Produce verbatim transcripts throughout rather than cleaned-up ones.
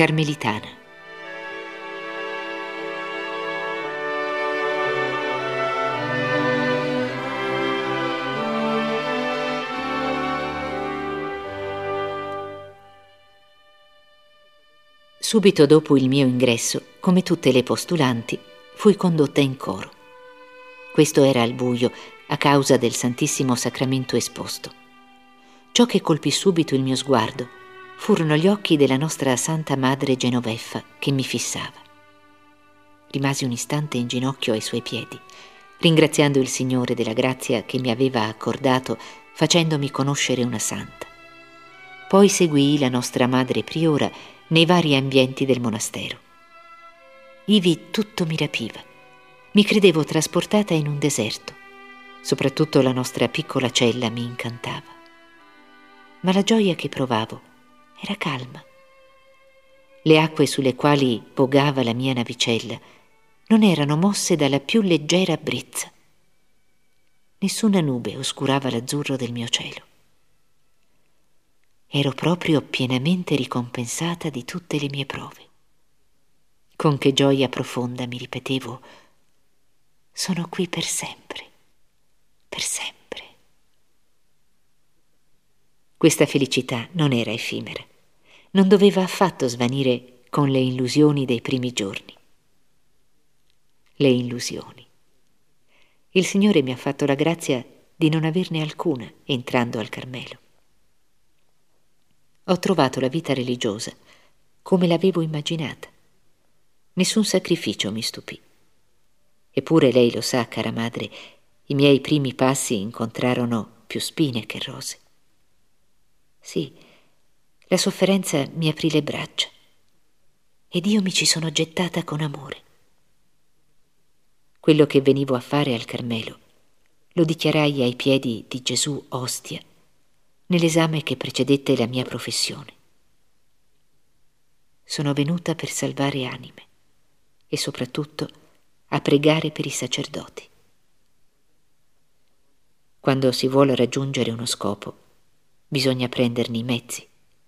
Carmelitana. Subito dopo il mio ingresso, come tutte le postulanti, fui condotta in coro. Questo era al buio, a causa del Santissimo Sacramento esposto. Ciò che colpì subito il mio sguardo furono gli occhi della nostra Santa Madre Genoveffa che mi fissava. Rimasi un istante in ginocchio ai suoi piedi, ringraziando il Signore della grazia che mi aveva accordato facendomi conoscere una santa. Poi seguii la nostra Madre Priora nei vari ambienti del monastero. Ivi tutto mi rapiva. Mi credevo trasportata in un deserto. Soprattutto la nostra piccola cella mi incantava. Ma la gioia che provavo era calma. Le acque sulle quali vogava la mia navicella non erano mosse dalla più leggera brezza. Nessuna nube oscurava l'azzurro del mio cielo. Ero proprio pienamente ricompensata di tutte le mie prove. Con che gioia profonda mi ripetevo: sono qui per sempre, per sempre. Questa felicità non era effimera, non doveva affatto svanire con le illusioni dei primi giorni. Le illusioni. Il Signore mi ha fatto la grazia di non averne alcuna entrando al Carmelo. Ho trovato la vita religiosa come l'avevo immaginata. Nessun sacrificio mi stupì. Eppure lei lo sa, cara madre, i miei primi passi incontrarono più spine che rose. Sì, la sofferenza mi aprì le braccia ed io mi ci sono gettata con amore. Quello che venivo a fare al Carmelo lo dichiarai ai piedi di Gesù Ostia nell'esame che precedette la mia professione. Sono venuta per salvare anime e soprattutto a pregare per i sacerdoti. Quando si vuole raggiungere uno scopo, bisogna prenderne i mezzi.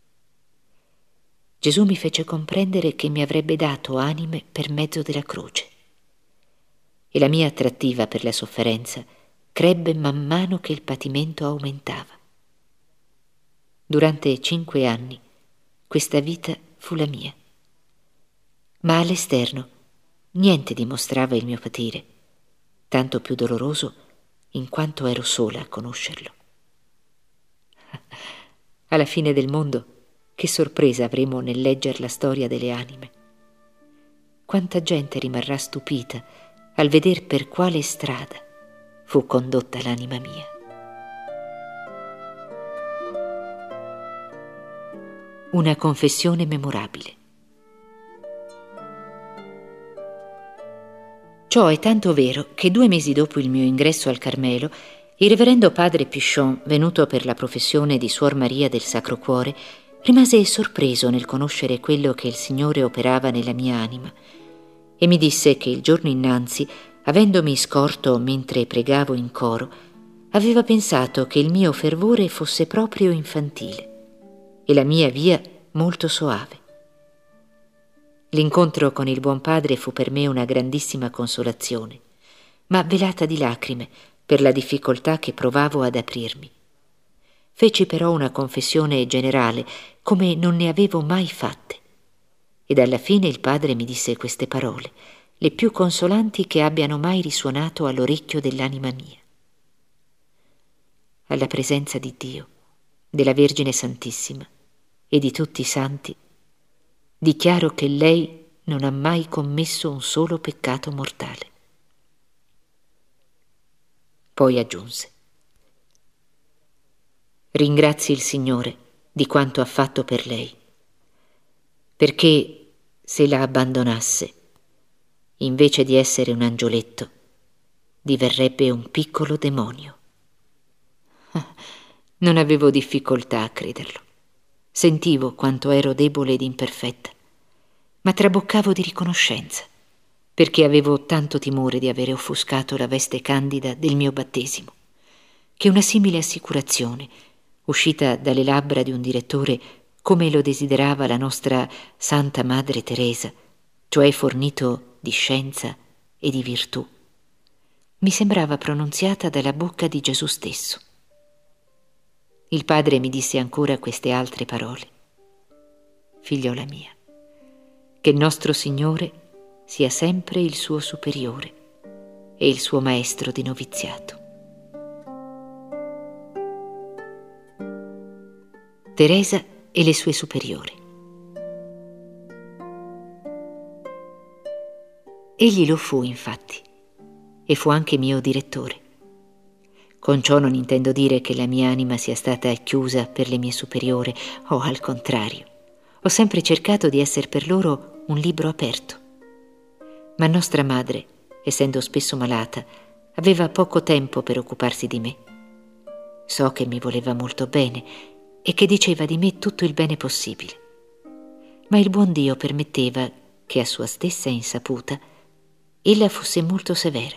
Gesù mi fece comprendere che mi avrebbe dato anime per mezzo della croce e la mia attrattiva per la sofferenza crebbe man mano che il patimento aumentava. Durante cinque anni questa vita fu la mia, ma all'esterno niente dimostrava il mio patire, tanto più doloroso in quanto ero sola a conoscerlo. Alla fine del mondo, che sorpresa avremo nel legger la storia delle anime. Quanta gente rimarrà stupita al veder per quale strada fu condotta l'anima mia. Una confessione memorabile. Ciò è tanto vero che due mesi dopo il mio ingresso al Carmelo, il reverendo padre Pichon, venuto per la professione di Suor Maria del Sacro Cuore, rimase sorpreso nel conoscere quello che il Signore operava nella mia anima e mi disse che il giorno innanzi, avendomi scorto mentre pregavo in coro, aveva pensato che il mio fervore fosse proprio infantile e la mia via molto soave. L'incontro con il buon padre fu per me una grandissima consolazione, ma velata di lacrime per la difficoltà che provavo ad aprirmi. Feci però una confessione generale come non ne avevo mai fatte, ed alla fine il padre mi disse queste parole, le più consolanti che abbiano mai risuonato all'orecchio dell'anima mia. Alla presenza di Dio, della Vergine Santissima e di tutti i santi, dichiaro che lei non ha mai commesso un solo peccato mortale. Poi aggiunse: ringrazi il Signore di quanto ha fatto per lei, perché se la abbandonasse, invece di essere un angioletto, diverrebbe un piccolo demonio. Non avevo difficoltà a crederlo. Sentivo quanto ero debole ed imperfetta, ma traboccavo di riconoscenza, perché avevo tanto timore di avere offuscato la veste candida del mio battesimo, che una simile assicurazione, uscita dalle labbra di un direttore, come lo desiderava la nostra Santa Madre Teresa, cioè fornito di scienza e di virtù, mi sembrava pronunziata dalla bocca di Gesù stesso. Il Padre mi disse ancora queste altre parole: figliola mia, che il nostro Signore sia sempre il suo superiore e il suo maestro di noviziato. Teresa e le sue superiori. Egli lo fu, infatti, e fu anche mio direttore. Con ciò non intendo dire che la mia anima sia stata chiusa per le mie superiore, o al contrario. Ho sempre cercato di essere per loro un libro aperto. Ma nostra madre, essendo spesso malata, aveva poco tempo per occuparsi di me. So che mi voleva molto bene e che diceva di me tutto il bene possibile. Ma il buon Dio permetteva che a sua stessa insaputa ella fosse molto severa.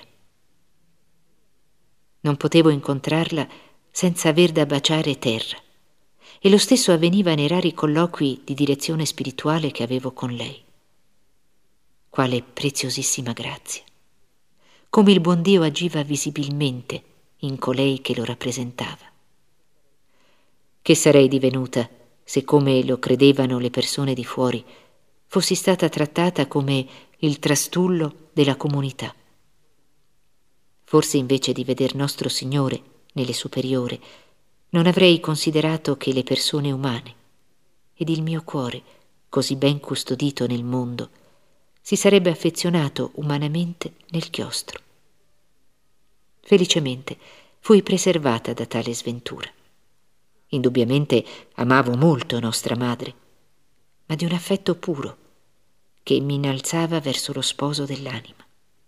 Non potevo incontrarla senza aver da baciare terra, e lo stesso avveniva nei rari colloqui di direzione spirituale che avevo con lei. Quale preziosissima grazia! Come il buon Dio agiva visibilmente in colei che lo rappresentava. Che sarei divenuta se, come lo credevano le persone di fuori, fossi stata trattata come il trastullo della comunità. Forse invece di veder nostro Signore nelle superiore, non avrei considerato che le persone umane, ed il mio cuore, così ben custodito nel mondo, si sarebbe affezionato umanamente nel chiostro. Felicemente fui preservata da tale sventura. Indubbiamente amavo molto nostra madre, ma di un affetto puro che mi innalzava verso lo sposo dell'anima.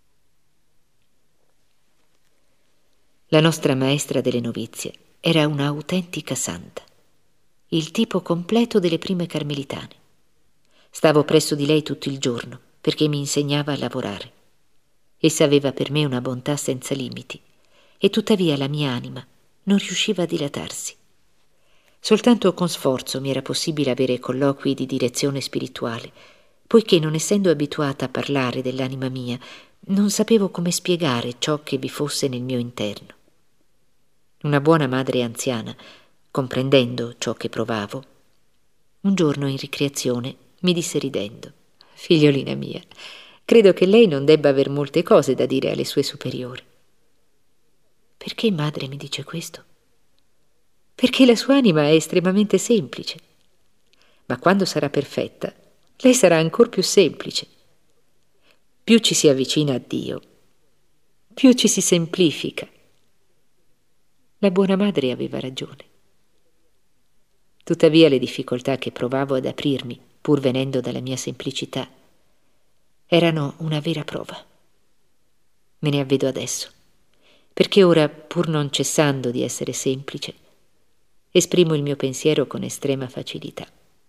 La nostra maestra delle novizie era una autentica santa, il tipo completo delle prime carmelitane. Stavo presso di lei tutto il giorno perché mi insegnava a lavorare. Essa aveva per me una bontà senza limiti e tuttavia la mia anima non riusciva a dilatarsi. Soltanto con sforzo mi era possibile avere colloqui di direzione spirituale, poiché, non essendo abituata a parlare dell'anima mia, non sapevo come spiegare ciò che vi fosse nel mio interno. Una buona madre anziana, comprendendo ciò che provavo, un giorno in ricreazione mi disse ridendo: «Figliolina mia, credo che lei non debba aver molte cose da dire alle sue superiori». «Perché madre mi dice questo?» «Perché la sua anima è estremamente semplice. Ma quando sarà perfetta, lei sarà ancor più semplice. Più ci si avvicina a Dio, più ci si semplifica». La buona madre aveva ragione. Tuttavia le difficoltà che provavo ad aprirmi, pur venendo dalla mia semplicità, erano una vera prova. Me ne avvedo adesso, perché ora, pur non cessando di essere semplice, esprimo il mio pensiero con estrema facilità.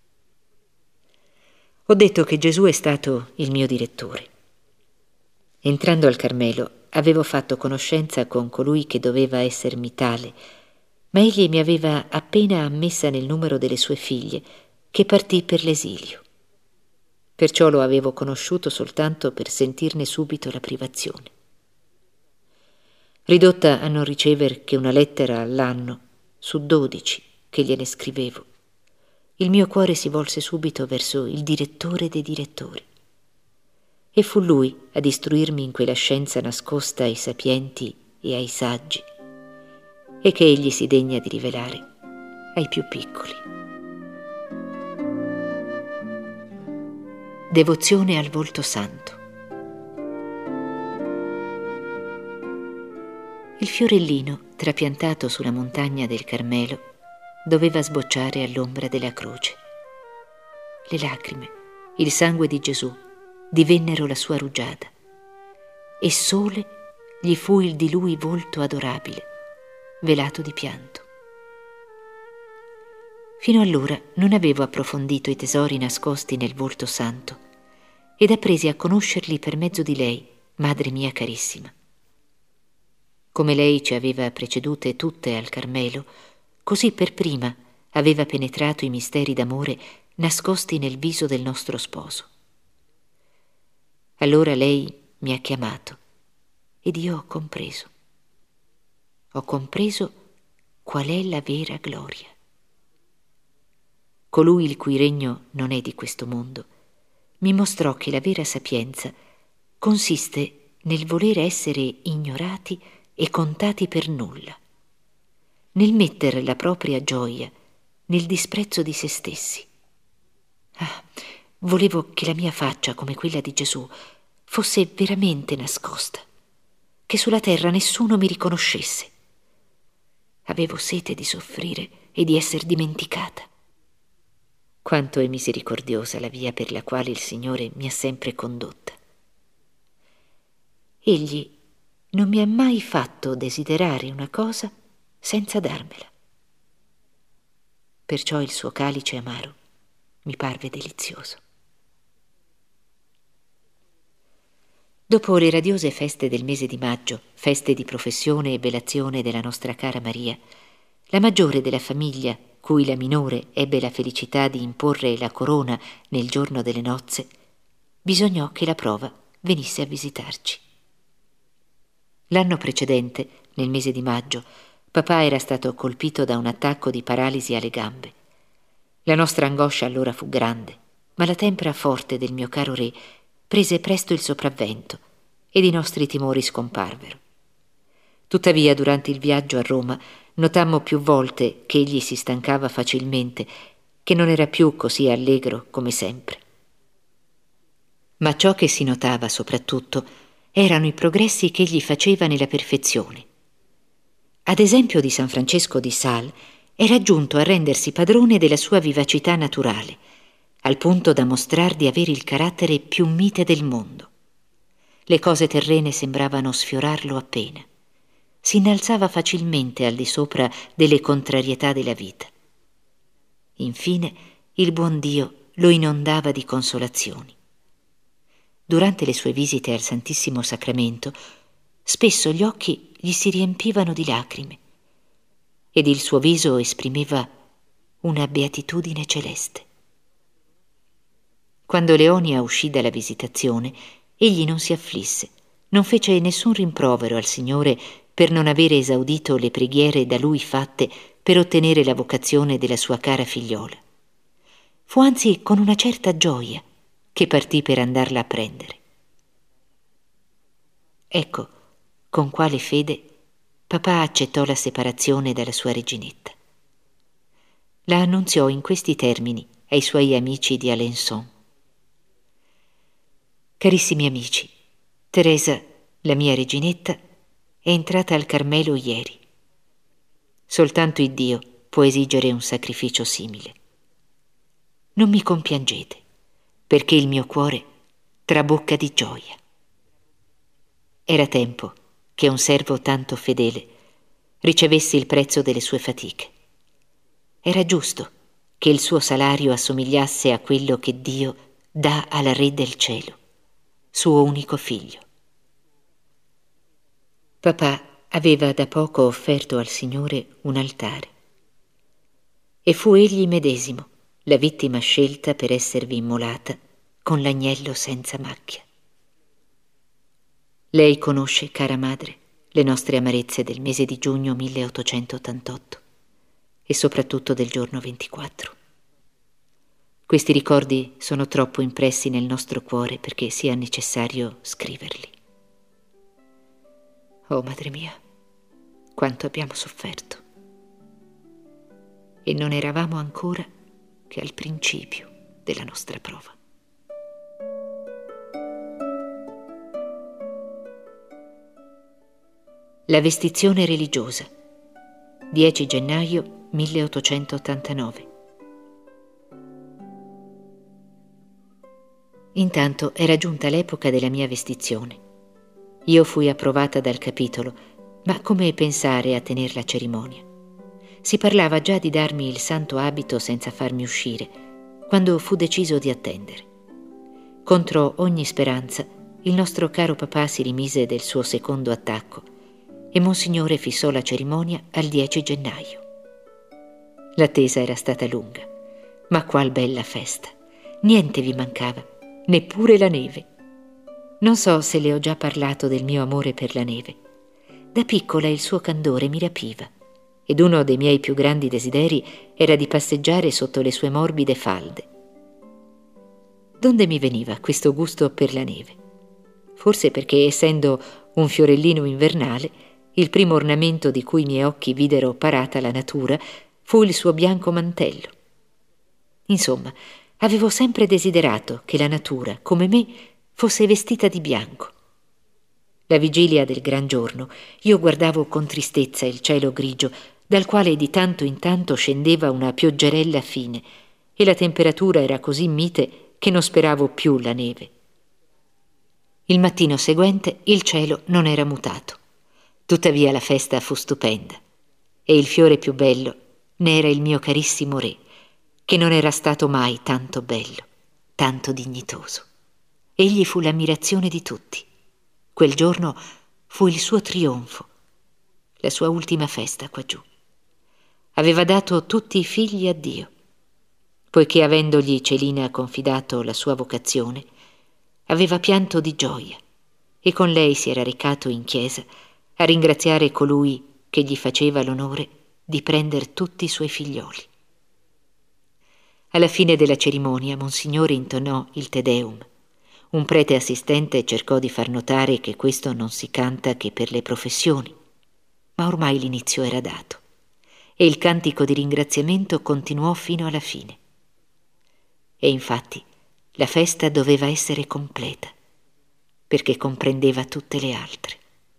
Ho detto che Gesù è stato il mio direttore. Entrando al Carmelo, avevo fatto conoscenza con colui che doveva essermi tale, ma egli mi aveva appena ammessa nel numero delle sue figlie, che partì per l'esilio. Perciò lo avevo conosciuto soltanto per sentirne subito la privazione. Ridotta a non ricever che una lettera all'anno su dodici che gliene scrivevo, il mio cuore si volse subito verso il direttore dei direttori. E fu lui ad istruirmi in quella scienza nascosta ai sapienti e ai saggi, e che egli si degna di rivelare ai più piccoli. Devozione al volto santo. Il fiorellino trapiantato sulla montagna del Carmelo doveva sbocciare all'ombra della croce. Le lacrime, il sangue di Gesù divennero la sua rugiada, e sole gli fu il di lui volto adorabile, velato di pianto. Fino allora non avevo approfondito i tesori nascosti nel volto santo ed appresi a conoscerli per mezzo di lei, madre mia carissima. Come lei ci aveva precedute tutte al Carmelo, così per prima aveva penetrato i misteri d'amore nascosti nel viso del nostro sposo. Allora lei mi ha chiamato ed io ho compreso. Ho compreso qual è la vera gloria. Colui il cui regno non è di questo mondo mi mostrò che la vera sapienza consiste nel voler essere ignorati e contati per nulla, nel mettere la propria gioia nel disprezzo di se stessi. Ah, volevo che la mia faccia, come quella di Gesù, fosse veramente nascosta, che sulla terra nessuno mi riconoscesse. Avevo sete di soffrire e di esser dimenticata. Quanto è misericordiosa la via per la quale il Signore mi ha sempre condotta. Egli non mi ha mai fatto desiderare una cosa senza darmela. Perciò il suo calice amaro mi parve delizioso. Dopo le radiose feste del mese di maggio, feste di professione e velazione della nostra cara Maria, la maggiore della famiglia, cui la minore ebbe la felicità di imporre la corona nel giorno delle nozze, bisognò che la prova venisse a visitarci. L'anno precedente, nel mese di maggio, papà era stato colpito da un attacco di paralisi alle gambe. La nostra angoscia allora fu grande, ma la tempra forte del mio caro re prese presto il sopravvento ed i nostri timori scomparvero. Tuttavia, durante il viaggio a Roma, notammo più volte che egli si stancava facilmente, che non era più così allegro come sempre. Ma ciò che si notava soprattutto erano i progressi che egli faceva nella perfezione. Ad esempio di San Francesco di Sales, era giunto a rendersi padrone della sua vivacità naturale, al punto da mostrar di avere il carattere più mite del mondo. Le cose terrene sembravano sfiorarlo appena. Si innalzava facilmente al di sopra delle contrarietà della vita. Infine, il buon Dio lo inondava di consolazioni. Durante le sue visite al Santissimo Sacramento, spesso gli occhi gli si riempivano di lacrime ed il suo viso esprimeva una beatitudine celeste. Quando Leonia uscì dalla visitazione, egli non si afflisse, non fece nessun rimprovero al Signore per non avere esaudito le preghiere da lui fatte per ottenere la vocazione della sua cara figliola. Fu anzi con una certa gioia che partì per andarla a prendere. Ecco con quale fede papà accettò la separazione dalla sua reginetta. La annunziò in questi termini ai suoi amici di Alençon. Carissimi amici, Teresa, la mia reginetta, è entrata al Carmelo ieri. Soltanto Iddio può esigere un sacrificio simile. Non mi compiangete, perché il mio cuore trabocca di gioia. Era tempo che un servo tanto fedele ricevesse il prezzo delle sue fatiche. Era giusto che il suo salario assomigliasse a quello che Dio dà al Re del cielo, suo unico figlio. Papà aveva da poco offerto al Signore un altare e fu egli medesimo la vittima scelta per esservi immolata con l'agnello senza macchia. Lei conosce, cara madre, le nostre amarezze del mese di giugno milleottocentottantotto e soprattutto del giorno ventiquattro. Questi ricordi sono troppo impressi nel nostro cuore perché sia necessario scriverli. Oh, madre mia, quanto abbiamo sofferto. E non eravamo ancora che al principio della nostra prova. La vestizione religiosa, dieci gennaio milleottocentottantanove. Intanto era giunta l'epoca della mia vestizione. Io fui approvata dal capitolo, ma come pensare a tener la cerimonia? Si parlava già di darmi il santo abito senza farmi uscire, quando fu deciso di attendere. Contro ogni speranza, il nostro caro papà si rimise del suo secondo attacco e Monsignore fissò la cerimonia al dieci gennaio. L'attesa era stata lunga, ma qual bella festa! Niente vi mancava, neppure la neve. Non so se le ho già parlato del mio amore per la neve. Da piccola il suo candore mi rapiva, ed uno dei miei più grandi desideri era di passeggiare sotto le sue morbide falde. Donde mi veniva questo gusto per la neve? Forse perché, essendo un fiorellino invernale, il primo ornamento di cui i miei occhi videro parata la natura fu il suo bianco mantello. Insomma, avevo sempre desiderato che la natura, come me, fosse vestita di bianco. La vigilia del gran giorno io guardavo con tristezza il cielo grigio, dal quale di tanto in tanto scendeva una pioggerella fine, e la temperatura era così mite che non speravo più la neve. Il mattino seguente il cielo non era mutato. Tuttavia la festa fu stupenda, e il fiore più bello ne era il mio carissimo re, che non era stato mai tanto bello, tanto dignitoso. Egli fu l'ammirazione di tutti. Quel giorno fu il suo trionfo, la sua ultima festa quaggiù. Aveva dato tutti i figli a Dio, poiché avendogli Celina confidato la sua vocazione, aveva pianto di gioia e con lei si era recato in chiesa a ringraziare colui che gli faceva l'onore di prender tutti i suoi figlioli. Alla fine della cerimonia Monsignore intonò il Te Deum. Un prete assistente cercò di far notare che questo non si canta che per le professioni, ma ormai l'inizio era dato e il cantico di ringraziamento continuò fino alla fine. E infatti la festa doveva essere completa, perché comprendeva tutte le altre.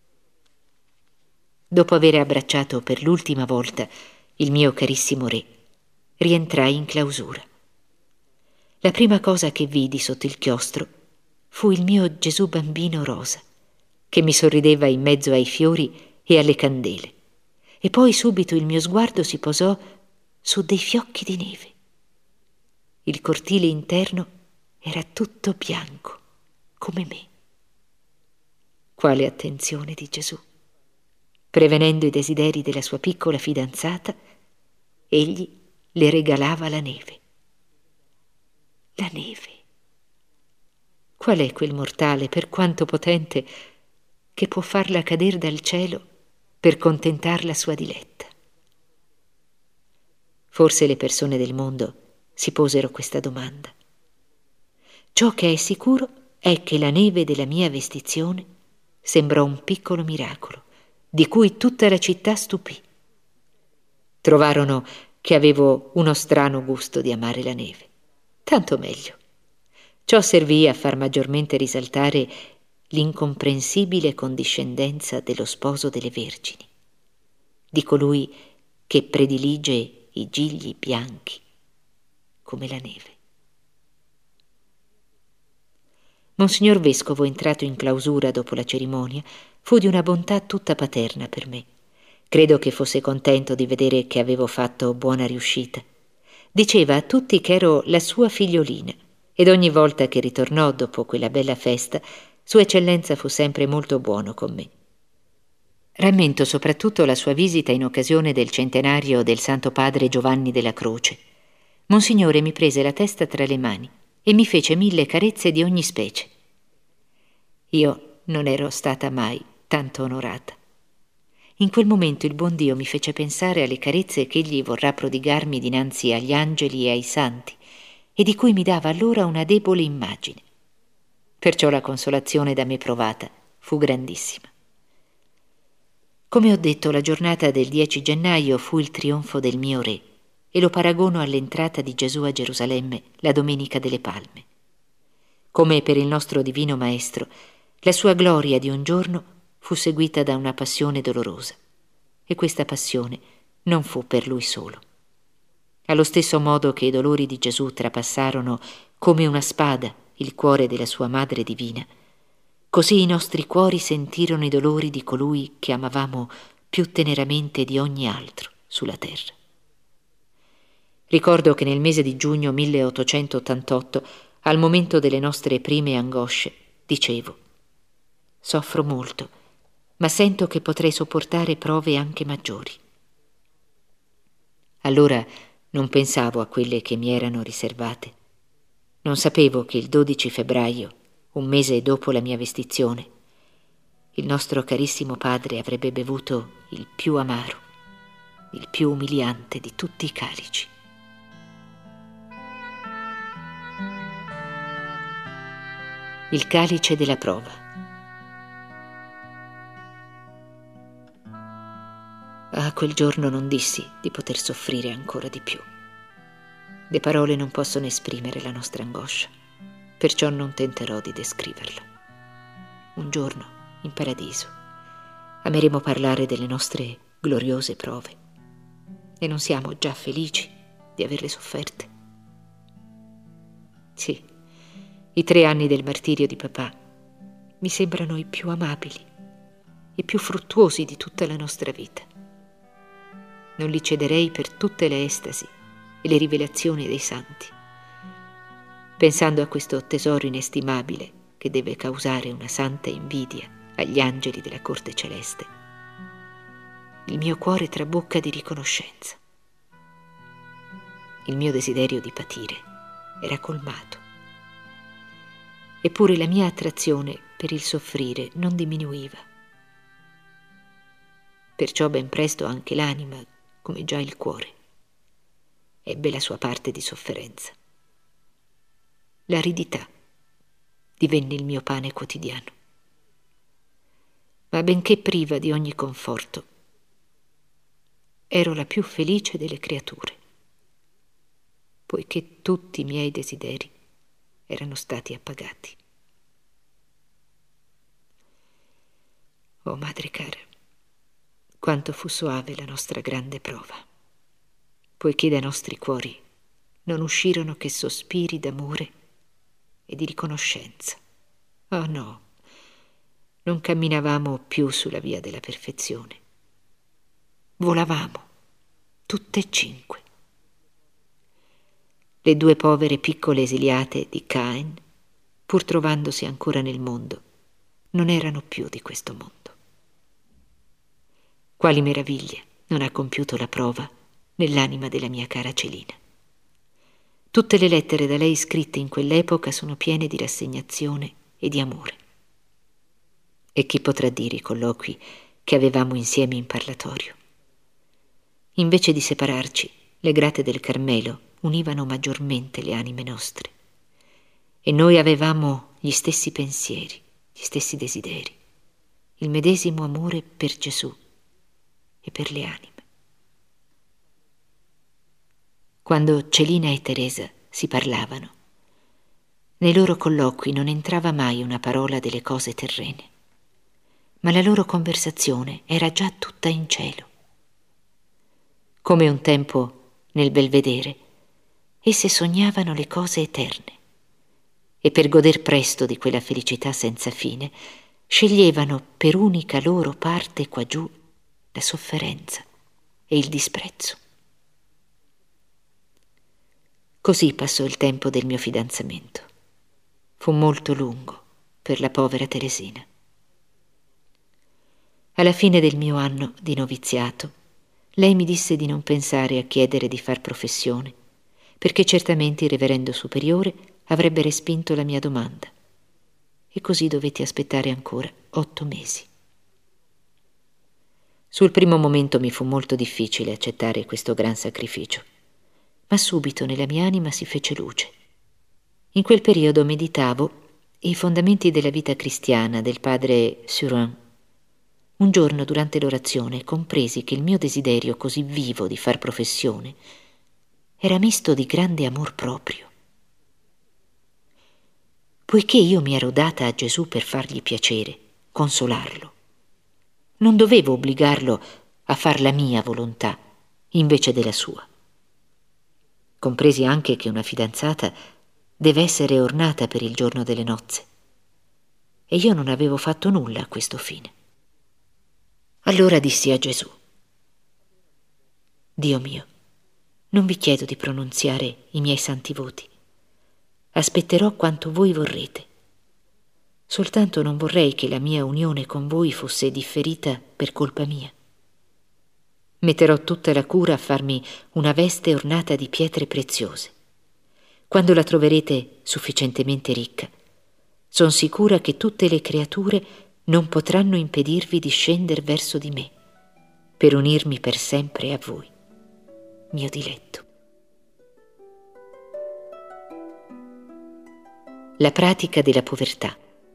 Dopo aver abbracciato per l'ultima volta il mio carissimo re, rientrai in clausura. La prima cosa che vidi sotto il chiostro fu il mio Gesù bambino rosa, che mi sorrideva in mezzo ai fiori e alle candele, e poi subito il mio sguardo si posò su dei fiocchi di neve. Il cortile interno era tutto bianco, come me. Quale attenzione di Gesù! Prevenendo i desideri della sua piccola fidanzata, egli le regalava la neve. La neve. Qual è quel mortale, per quanto potente, che può farla cader dal cielo per contentar la sua diletta? Forse le persone del mondo si posero questa domanda. Ciò che è sicuro è che la neve della mia vestizione sembrò un piccolo miracolo, di cui tutta la città stupì. Trovarono che avevo uno strano gusto di amare la neve. Tanto meglio. Ciò servì a far maggiormente risaltare l'incomprensibile condiscendenza dello sposo delle vergini, di colui che predilige i gigli bianchi come la neve. Monsignor Vescovo, entrato in clausura dopo la cerimonia, fu di una bontà tutta paterna per me. Credo che fosse contento di vedere che avevo fatto buona riuscita. Diceva a tutti che ero la sua figliolina, ed ogni volta che ritornò dopo quella bella festa, Sua Eccellenza fu sempre molto buono con me. Rammento soprattutto la sua visita in occasione del centenario del Santo Padre Giovanni della Croce. Monsignore mi prese la testa tra le mani e mi fece mille carezze di ogni specie. Io non ero stata mai tanto onorata. In quel momento il buon Dio mi fece pensare alle carezze che egli vorrà prodigarmi dinanzi agli angeli e ai santi, e di cui mi dava allora una debole immagine. Perciò la consolazione da me provata fu grandissima. Come ho detto, la giornata del dieci gennaio fu il trionfo del mio re, e lo paragono all'entrata di Gesù a Gerusalemme la Domenica delle Palme. Come per il nostro Divino Maestro, la sua gloria di un giorno fu seguita da una passione dolorosa, e questa passione non fu per lui solo. Allo stesso modo che i dolori di Gesù trapassarono come una spada il cuore della sua Madre Divina, così i nostri cuori sentirono i dolori di colui che amavamo più teneramente di ogni altro sulla terra. Ricordo che nel mese di giugno milleottocentottantotto, al momento delle nostre prime angosce, dicevo: soffro molto, ma sento che potrei sopportare prove anche maggiori. Allora non pensavo a quelle che mi erano riservate. Non sapevo che il dodici febbraio, un mese dopo la mia vestizione, il nostro carissimo padre avrebbe bevuto il più amaro, il più umiliante di tutti i calici. Il calice della prova. Ah, quel giorno non dissi di poter soffrire ancora di più. Le parole non possono esprimere la nostra angoscia, perciò non tenterò di descriverla. Un giorno, in paradiso, ameremo parlare delle nostre gloriose prove. E non siamo già felici di averle sofferte? Sì, i tre anni del martirio di papà mi sembrano i più amabili, i più fruttuosi di tutta la nostra vita. Non li cederei per tutte le estasi e le rivelazioni dei santi. Pensando a questo tesoro inestimabile che deve causare una santa invidia agli angeli della corte celeste, il mio cuore trabocca di riconoscenza. Il mio desiderio di patire era colmato. Eppure la mia attrazione per il soffrire non diminuiva. Perciò ben presto anche l'anima, come già il cuore, ebbe la sua parte di sofferenza. L'aridità divenne il mio pane quotidiano. Ma benché priva di ogni conforto, ero la più felice delle creature, poiché tutti i miei desideri erano stati appagati. Oh madre cara, quanto fu soave la nostra grande prova, poiché dai nostri cuori non uscirono che sospiri d'amore e di riconoscenza. Oh no, non camminavamo più sulla via della perfezione. Volavamo, tutte e cinque. Le due povere piccole esiliate di Caen, pur trovandosi ancora nel mondo, non erano più di questo mondo. Quali meraviglie non ha compiuto la prova nell'anima della mia cara Celina. Tutte le lettere da lei scritte in quell'epoca sono piene di rassegnazione e di amore. E chi potrà dire i colloqui che avevamo insieme in parlatorio? Invece di separarci, le grate del Carmelo univano maggiormente le anime nostre. E noi avevamo gli stessi pensieri, gli stessi desideri, il medesimo amore per Gesù e per le anime. Quando Celina e Teresa si parlavano, nei loro colloqui non entrava mai una parola delle cose terrene, ma la loro conversazione era già tutta in cielo. Come un tempo nel Belvedere, esse sognavano le cose eterne e per goder presto di quella felicità senza fine sceglievano per unica loro parte qua giù la sofferenza e il disprezzo. Così passò il tempo del mio fidanzamento. Fu molto lungo per la povera Teresina. Alla fine del mio anno di noviziato, lei mi disse di non pensare a chiedere di far professione, perché certamente il reverendo superiore avrebbe respinto la mia domanda. E così dovetti aspettare ancora otto mesi. Sul primo momento mi fu molto difficile accettare questo gran sacrificio, ma subito nella mia anima si fece luce. In quel periodo meditavo i fondamenti della vita cristiana del padre Surin. Un giorno durante l'orazione compresi che il mio desiderio così vivo di far professione era misto di grande amor proprio. Poiché io mi ero data a Gesù per fargli piacere, consolarlo, non dovevo obbligarlo a far la mia volontà invece della sua. Compresi anche che una fidanzata deve essere ornata per il giorno delle nozze, e io non avevo fatto nulla a questo fine. Allora dissi a Gesù: Dio mio, non vi chiedo di pronunziare i miei santi voti. Aspetterò quanto voi vorrete. Soltanto non vorrei che la mia unione con voi fosse differita per colpa mia. Metterò tutta la cura a farmi una veste ornata di pietre preziose. Quando la troverete sufficientemente ricca, son sicura che tutte le creature non potranno impedirvi di scendere verso di me, per unirmi per sempre a voi, mio diletto. La pratica della povertà.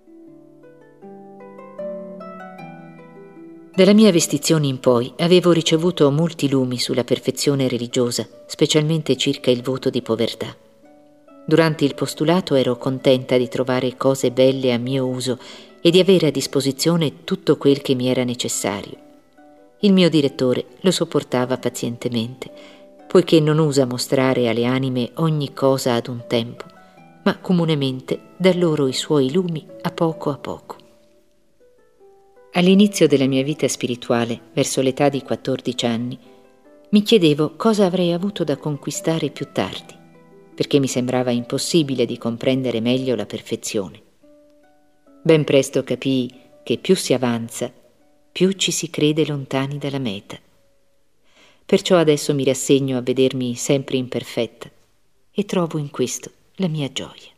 Dalla mia vestizione in poi avevo ricevuto molti lumi sulla perfezione religiosa, specialmente circa il voto di povertà. Durante il postulato ero contenta di trovare cose belle a mio uso e di avere a disposizione tutto quel che mi era necessario. Il mio direttore lo sopportava pazientemente, poiché non usa mostrare alle anime ogni cosa ad un tempo, ma comunemente dà loro i suoi lumi a poco a poco. All'inizio della mia vita spirituale, verso l'età di quattordici anni, mi chiedevo cosa avrei avuto da conquistare più tardi, perché mi sembrava impossibile di comprendere meglio la perfezione. Ben presto capii che più si avanza, più ci si crede lontani dalla meta. Perciò adesso mi rassegno a vedermi sempre imperfetta e trovo in questo la mia gioia.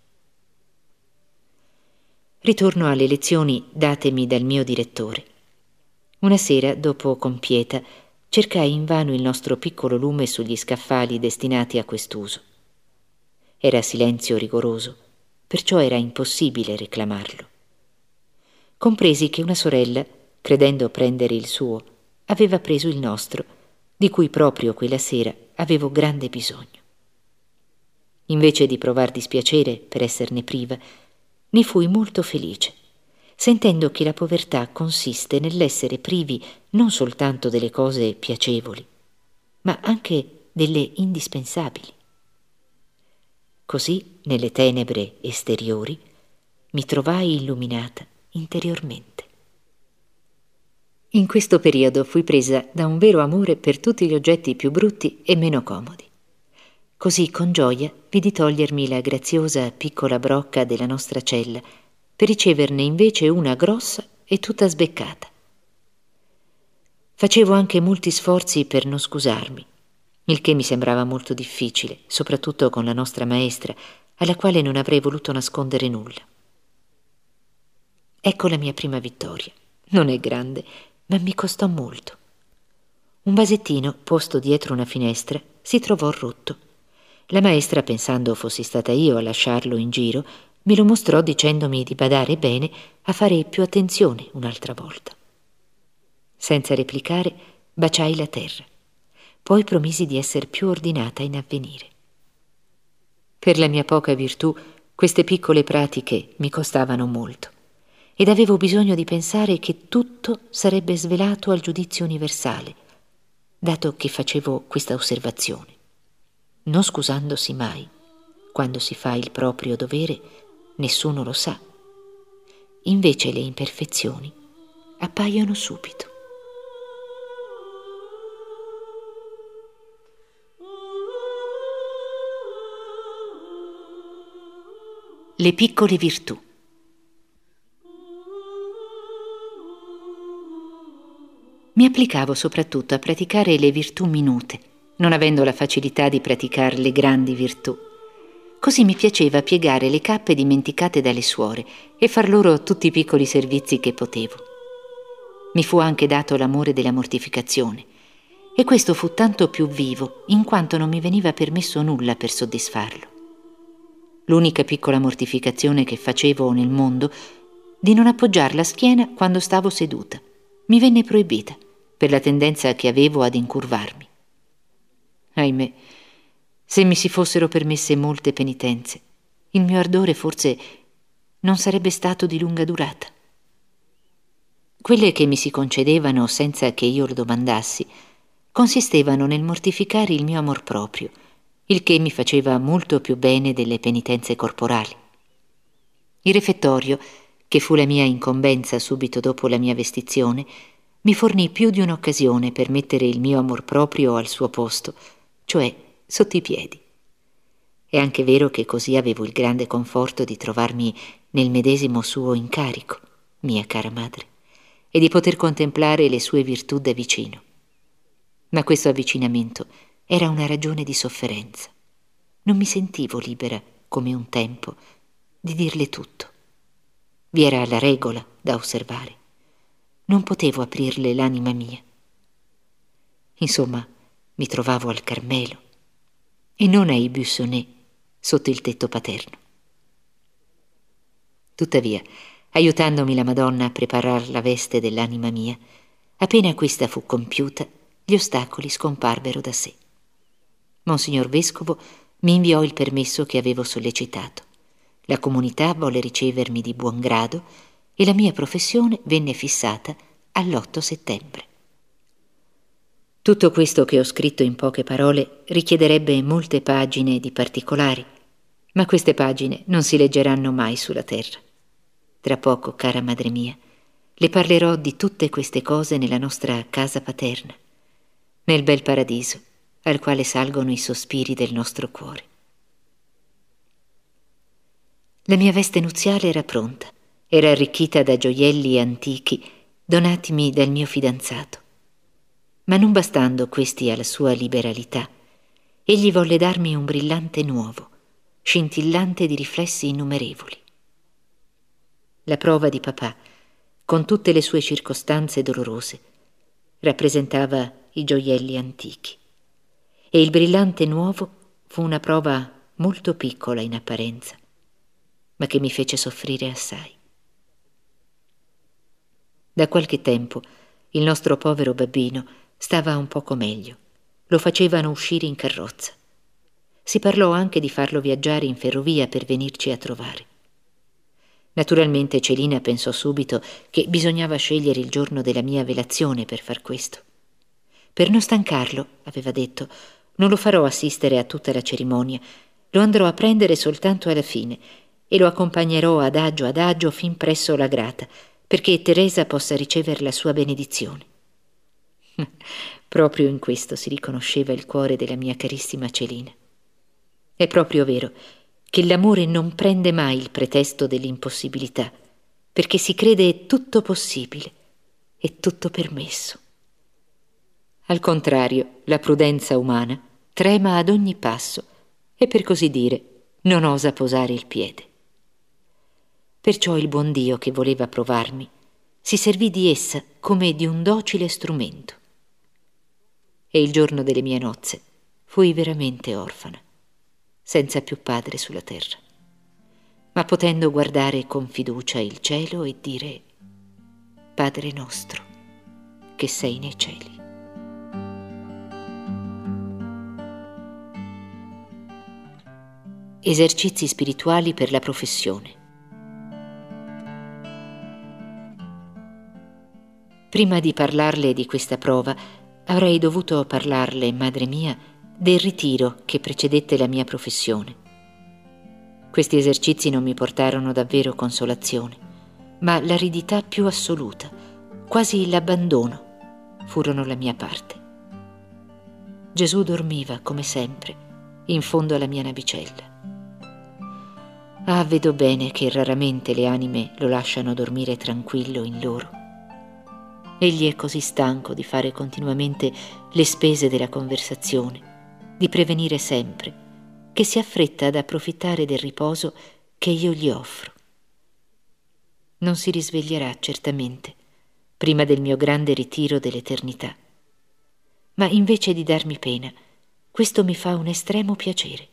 Ritorno alle lezioni datemi dal mio direttore. Una sera, dopo compieta, cercai invano il nostro piccolo lume sugli scaffali destinati a quest'uso. Era silenzio rigoroso, perciò era impossibile reclamarlo. Compresi che una sorella, credendo prendere il suo, aveva preso il nostro, di cui proprio quella sera avevo grande bisogno. Invece di provar dispiacere per esserne priva, ne fui molto felice, sentendo che la povertà consiste nell'essere privi non soltanto delle cose piacevoli, ma anche delle indispensabili. Così, nelle tenebre esteriori, mi trovai illuminata interiormente. In questo periodo fui presa da un vero amore per tutti gli oggetti più brutti e meno comodi. Così con gioia vidi togliermi la graziosa piccola brocca della nostra cella per riceverne invece una grossa e tutta sbeccata. Facevo anche molti sforzi per non scusarmi, il che mi sembrava molto difficile, soprattutto con la nostra maestra, alla quale non avrei voluto nascondere nulla. Ecco la mia prima vittoria. Non è grande, ma mi costò molto. Un vasettino posto dietro una finestra si trovò rotto. La maestra, pensando fossi stata io a lasciarlo in giro, me lo mostrò dicendomi di badare bene a fare più attenzione un'altra volta. Senza replicare, baciai la terra. Poi promisi di essere più ordinata in avvenire. Per la mia poca virtù, queste piccole pratiche mi costavano molto ed avevo bisogno di pensare che tutto sarebbe svelato al giudizio universale, dato che facevo questa osservazione. Non scusandosi mai, quando si fa il proprio dovere, nessuno lo sa. Invece le imperfezioni appaiono subito. Le piccole virtù. Mi applicavo soprattutto a praticare le virtù minute, non avendo la facilità di praticare le grandi virtù. Così mi piaceva piegare le cappe dimenticate dalle suore e far loro tutti i piccoli servizi che potevo. Mi fu anche dato l'amore della mortificazione, e questo fu tanto più vivo in quanto non mi veniva permesso nulla per soddisfarlo. L'unica piccola mortificazione che facevo nel mondo, di non appoggiare la schiena quando stavo seduta, mi venne proibita per la tendenza che avevo ad incurvarmi. Ahimè, se mi si fossero permesse molte penitenze, il mio ardore forse non sarebbe stato di lunga durata. Quelle che mi si concedevano senza che io lo domandassi consistevano nel mortificare il mio amor proprio, il che mi faceva molto più bene delle penitenze corporali. Il refettorio, che fu la mia incombenza subito dopo la mia vestizione, mi fornì più di un'occasione per mettere il mio amor proprio al suo posto, cioè sotto i piedi. È anche vero che così avevo il grande conforto di trovarmi nel medesimo suo incarico, mia cara madre, e di poter contemplare le sue virtù da vicino. Ma questo avvicinamento era una ragione di sofferenza. Non mi sentivo libera, come un tempo, di dirle tutto. Vi era la regola da osservare. Non potevo aprirle l'anima mia. Insomma, mi trovavo al Carmelo e non ai Buissonnet, sotto il tetto paterno. Tuttavia, aiutandomi la Madonna a preparar la veste dell'anima mia, appena questa fu compiuta, gli ostacoli scomparvero da sé. Monsignor Vescovo mi inviò il permesso che avevo sollecitato. La comunità volle ricevermi di buon grado e la mia professione venne fissata all'otto settembre. Tutto questo che ho scritto in poche parole richiederebbe molte pagine di particolari, ma queste pagine non si leggeranno mai sulla terra. Tra poco, cara madre mia, le parlerò di tutte queste cose nella nostra casa paterna, nel bel paradiso al quale salgono i sospiri del nostro cuore. La mia veste nuziale era pronta, era arricchita da gioielli antichi donatimi dal mio fidanzato. Ma non bastando questi alla sua liberalità, egli volle darmi un brillante nuovo, scintillante di riflessi innumerevoli. La prova di papà, con tutte le sue circostanze dolorose, rappresentava i gioielli antichi, e il brillante nuovo fu una prova molto piccola in apparenza, ma che mi fece soffrire assai. Da qualche tempo il nostro povero babbino stava un poco meglio. Lo facevano uscire in carrozza. Si parlò anche di farlo viaggiare in ferrovia per venirci a trovare. Naturalmente Celina pensò subito che bisognava scegliere il giorno della mia velazione per far questo. Per non stancarlo, aveva detto, non lo farò assistere a tutta la cerimonia, lo andrò a prendere soltanto alla fine e lo accompagnerò adagio adagio fin presso la grata, perché Teresa possa ricevere la sua benedizione. Proprio in questo si riconosceva il cuore della mia carissima Celina. È proprio vero che l'amore non prende mai il pretesto dell'impossibilità, perché si crede tutto possibile e tutto permesso. Al contrario, la prudenza umana trema ad ogni passo e, per così dire, non osa posare il piede. Perciò il buon Dio, che voleva provarmi, si servì di essa come di un docile strumento. E il giorno delle mie nozze fui veramente orfana, senza più padre sulla terra, ma potendo guardare con fiducia il cielo e dire: Padre nostro, che sei nei cieli. Esercizi spirituali per la professione. Prima di parlarle di questa prova, avrei dovuto parlarle, madre mia, del ritiro che precedette la mia professione. Questi esercizi non mi portarono davvero consolazione, ma l'aridità più assoluta, quasi l'abbandono, furono la mia parte. Gesù dormiva, come sempre, in fondo alla mia navicella. Ah, vedo bene che raramente le anime lo lasciano dormire tranquillo in loro. Egli è così stanco di fare continuamente le spese della conversazione, di prevenire sempre, che si affretta ad approfittare del riposo che io gli offro. Non si risveglierà certamente prima del mio grande ritiro dell'eternità, ma invece di darmi pena, questo mi fa un estremo piacere.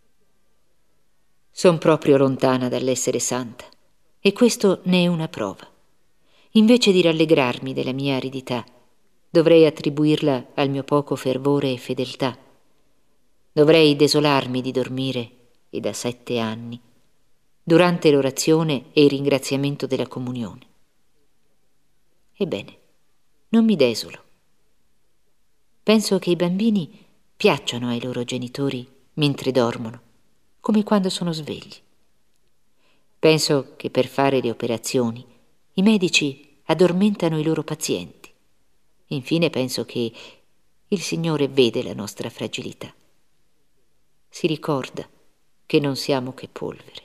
Son proprio lontana dall'essere santa, e questo ne è una prova. Invece di rallegrarmi della mia aridità, dovrei attribuirla al mio poco fervore e fedeltà. Dovrei desolarmi di dormire, e da sette anni, durante l'orazione e il ringraziamento della comunione. Ebbene, non mi desolo. Penso che i bambini piacciono ai loro genitori mentre dormono, come quando sono svegli. Penso che per fare le operazioni i medici addormentano i loro pazienti. Infine penso che il Signore vede la nostra fragilità. Si ricorda che non siamo che polvere.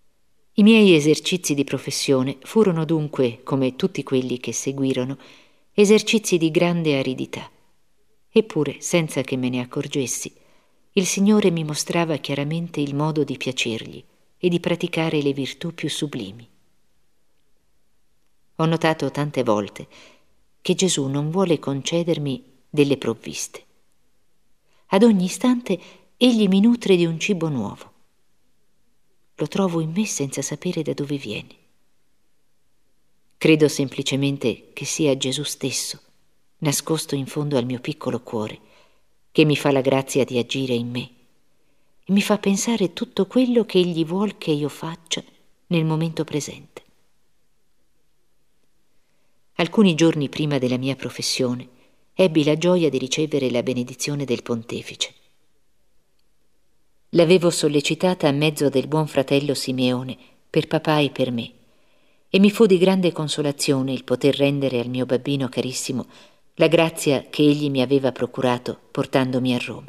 I miei esercizi di professione furono dunque, come tutti quelli che seguirono, esercizi di grande aridità. Eppure, senza che me ne accorgessi, il Signore mi mostrava chiaramente il modo di piacergli e di praticare le virtù più sublimi. Ho notato tante volte che Gesù non vuole concedermi delle provviste. Ad ogni istante egli mi nutre di un cibo nuovo. Lo trovo in me senza sapere da dove viene. Credo semplicemente che sia Gesù stesso, nascosto in fondo al mio piccolo cuore, che mi fa la grazia di agire in me e mi fa pensare tutto quello che egli vuol che io faccia nel momento presente. Alcuni giorni prima della mia professione ebbi la gioia di ricevere la benedizione del pontefice. L'avevo sollecitata a mezzo del buon fratello Simeone per papà e per me, e mi fu di grande consolazione il poter rendere al mio babbino carissimo la grazia che egli mi aveva procurato portandomi a Roma.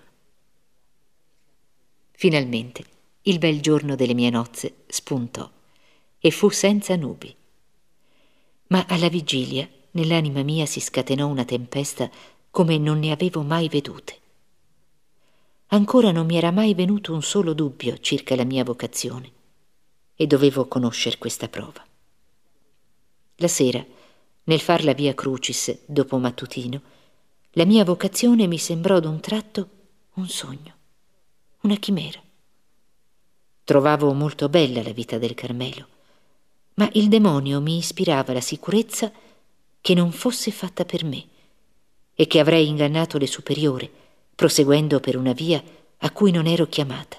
Finalmente il bel giorno delle mie nozze spuntò e fu senza nubi. Ma alla vigilia nell'anima mia si scatenò una tempesta come non ne avevo mai vedute. Ancora non mi era mai venuto un solo dubbio circa la mia vocazione e dovevo conoscer questa prova. La sera, nel far la Via Crucis dopo mattutino, la mia vocazione mi sembrò d'un tratto un sogno, una chimera. Trovavo molto bella la vita del Carmelo, ma il demonio mi ispirava la sicurezza che non fosse fatta per me e che avrei ingannato le superiore, proseguendo per una via a cui non ero chiamata.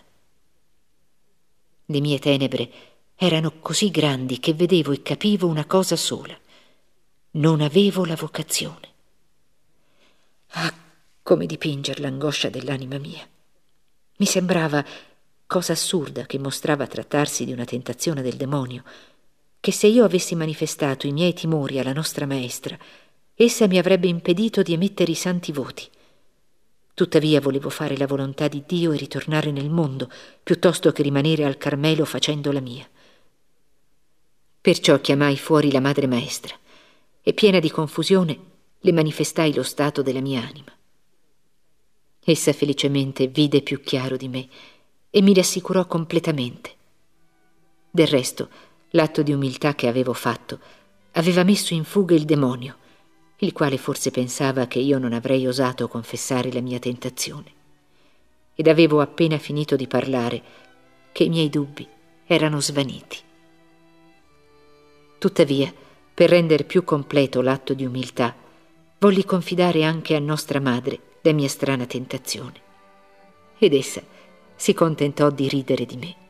Le mie tenebre erano così grandi che vedevo e capivo una cosa sola: non avevo la vocazione. Ah, come dipingere l'angoscia dell'anima mia! Mi sembrava cosa assurda che mostrava trattarsi di una tentazione del demonio, che se io avessi manifestato i miei timori alla nostra maestra, essa mi avrebbe impedito di emettere i santi voti. Tuttavia volevo fare la volontà di Dio e ritornare nel mondo, piuttosto che rimanere al Carmelo facendo la mia. Perciò chiamai fuori la madre maestra e, piena di confusione, le manifestai lo stato della mia anima. Essa felicemente vide più chiaro di me e mi rassicurò completamente. Del resto, l'atto di umiltà che avevo fatto aveva messo in fuga il demonio, il quale forse pensava che io non avrei osato confessare la mia tentazione. Ed avevo appena finito di parlare che i miei dubbi erano svaniti. Tuttavia, per rendere più completo l'atto di umiltà, volli confidare anche a nostra madre la mia strana tentazione, ed essa si contentò di ridere di me.